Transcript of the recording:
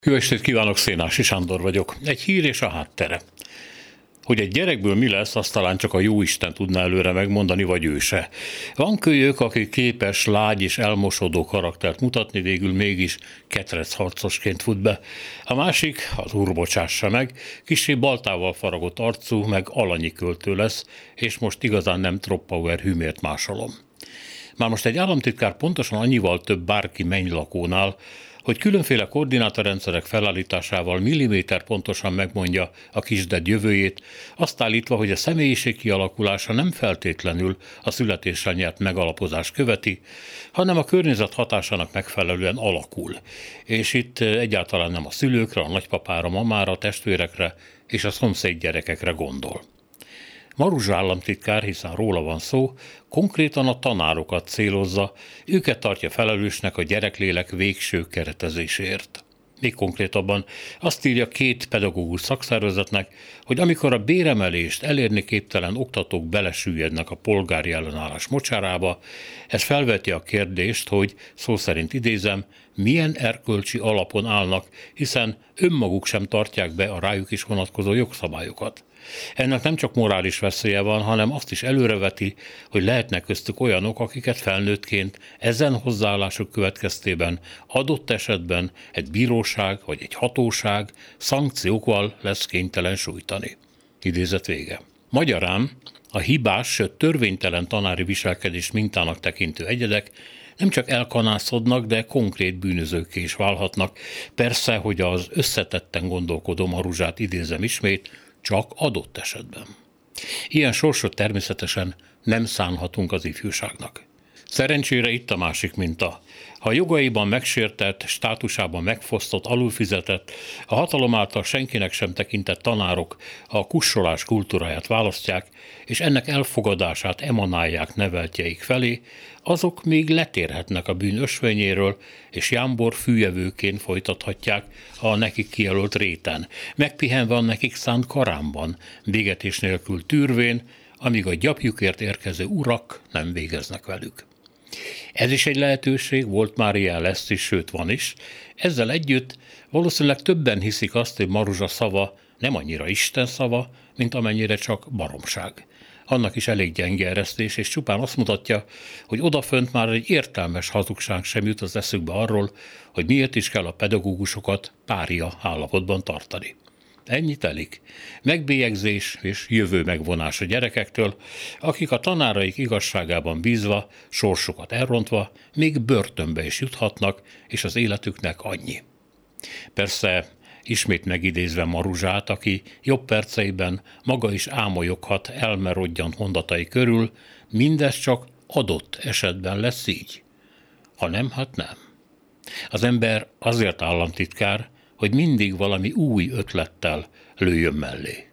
Jó estét kívánok, Szénási Sándor vagyok. Egy hír és a háttere. Hogy egy gyerekből mi lesz, azt talán csak a jóisten tudná előre megmondani, vagy ő se. Van kölyök, aki képes lágy és elmosódó karaktert mutatni, végül mégis ketrecharcosként fut be. A másik, az úr bocsássa meg, kissé baltával faragott arcú, meg alanyi költő lesz, és most igazán nem Tropauer hűmért másolom. Már most egy államtitkár pontosan annyival több bárki mennylakónál, hogy különféle koordinátorrendszerek felállításával milliméter pontosan megmondja a kisded jövőjét, azt állítva, hogy a személyiség kialakulása nem feltétlenül a születésre nyert megalapozás követi, hanem a környezet hatásának megfelelően alakul. És itt egyáltalán nem a szülőkre, a nagypapára, mamára, a testvérekre és a szomszéd gyerekekre gondol. Maruzsa államtitkár, hiszen róla van szó, konkrétan a tanárokat célozza, őket tartja felelősnek a gyereklélek végső keretezéséért. Még konkrétabban azt írja két pedagógus szakszervezetnek, hogy amikor a béremelést elérni képtelen oktatók belesüllyednek a polgári ellenállás mocsárába, ez felveti a kérdést, hogy szó szerint idézem, milyen erkölcsi alapon állnak, hiszen önmaguk sem tartják be a rájuk is vonatkozó jogszabályokat. Ennek nem csak morális veszélye van, hanem azt is előreveti, hogy lehetnek köztük olyanok, akiket felnőttként ezen hozzáállások következtében adott esetben egy bíróság vagy egy hatóság szankciókkal lesz kénytelen sújtani. Idézet vége. Magyarán a hibás, sőt törvénytelen tanári viselkedés mintának tekintő egyedek nem csak elkanászodnak, de konkrét bűnözőkké is válhatnak. Persze, hogy az összetetten gondolkodó Maruzsát idézem ismét, csak adott esetben. Ilyen sorsot természetesen nem szánhatunk az ifjúságnak. Szerencsére itt a másik minta. Ha a jogaiban megsértett, státusában megfosztott, alulfizetett, a hatalom által senkinek sem tekintett tanárok a kussolás kultúráját választják, és ennek elfogadását emanálják neveltjeik felé, azok még letérhetnek a bűn ösvényéről, és jámbor fűjevőként folytathatják a nekik kijelölt réten, megpihenve a nekik szánt karámban, végetés nélkül tűrvén, amíg a gyapjukért érkező urak nem végeznek velük. Ez is egy lehetőség, volt már ilyen, lesz is, sőt van is. Ezzel együtt valószínűleg többen hiszik azt, hogy Maruzsa szava nem annyira Isten szava, mint amennyire csak baromság. Annak is elég gyenge eresztés, és csupán azt mutatja, hogy odafönt már egy értelmes hazugság sem jut az eszükbe arról, hogy miért is kell a pedagógusokat pária állapotban tartani. Ennyi telik. Megbélyegzés és jövő megvonás a gyerekektől, akik a tanáraik igazságában bízva, sorsukat elrontva, még börtönbe is juthatnak, és az életüknek annyi. Persze, ismét megidézve Maruzsát, aki jobb perceiben maga is ámolyoghat elmerodjant mondatai körül, mindez csak adott esetben lesz így. Ha nem, hát nem. Az ember azért államtitkár, hogy mindig valami új ötlettel lőjön mellé.